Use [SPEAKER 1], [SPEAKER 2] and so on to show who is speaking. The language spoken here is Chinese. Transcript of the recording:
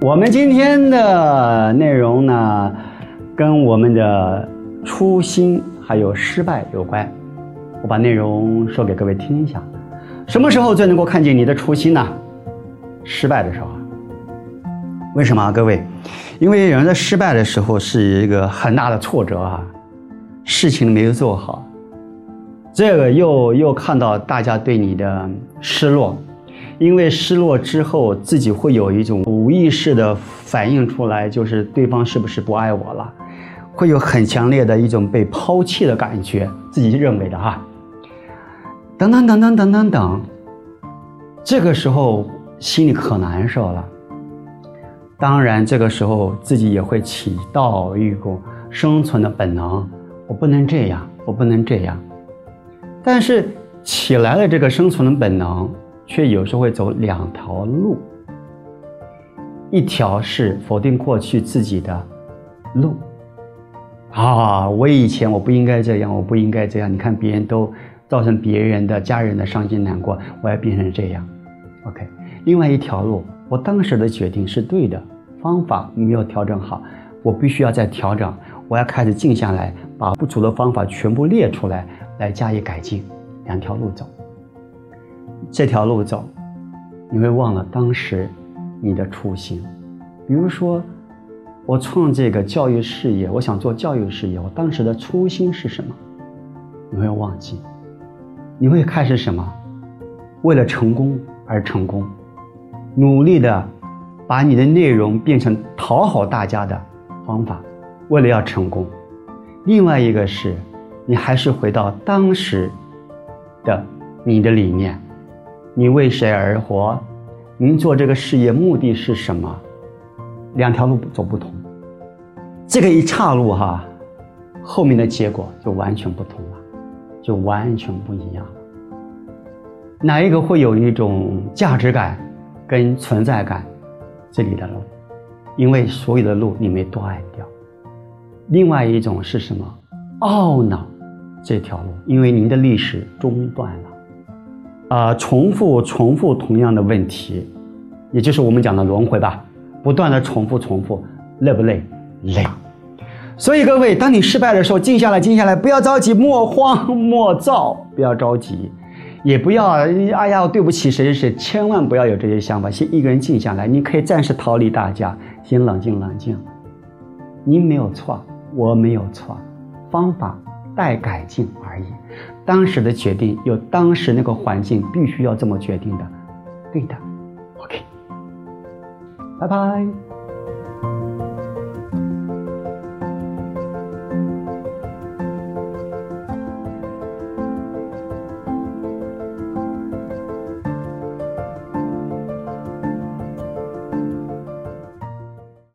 [SPEAKER 1] 我们今天的内容呢，跟我们的初心还有失败有关。我把内容说给各位听一下。什么时候最能够看见你的初心呢？失败的时候。为什么各位？因为人在失败的时候是一个很大的挫折啊，事情没有做好，这个又看到大家对你的失落，因为失落之后自己会有一种无意识的反映出来，就是对方是不是不爱我了，会有很强烈的一种被抛弃的感觉，自己认为的哈。等等等等等等等，这个时候心里可难受了。当然这个时候自己也会起到一股生存的本能，我不能这样，我不能这样。但是起来了这个生存的本能，却有时候会走两条路。一条是否定过去自己的路我以前我不应该这样，我不应该这样，你看别人都造成别人的家人的伤心难过，我要变成这样。 OK， 另外一条路，我当时的决定是对的，方法没有调整好，我必须要再调整，我要开始静下来，把不足的方法全部列出来，来加以改进。两条路走，这条路走，你会忘了当时你的初心。比如说我创这个教育事业，我想做教育事业，我当时的初心是什么？你会忘记，你会开始什么？为了成功而成功，努力的把你的内容变成讨好大家的方法，为了要成功。另外一个是你还是回到当时的你的理念，你为谁而活，您做这个事业目的是什么？两条路走不同，这个一岔路后面的结果就完全不同了，就完全不一样了。哪一个会有一种价值感跟存在感？这里的路，因为所有的路你没断掉。另外一种是什么？懊恼这条路，因为您的历史中断了。重复同样的问题，也就是我们讲的轮回吧，不断的重复，累不累？累。所以各位，当你失败的时候，静下来，不要着急，莫慌莫躁，不要着急，也不要哎呀对不起谁，千万不要有这些想法。先一个人静下来，你可以暂时逃离大家，先冷静。您没有错，我没有错，方法待改进而已。当时的决定有当时那个环境必须要这么决定的，对的。OK， 拜拜。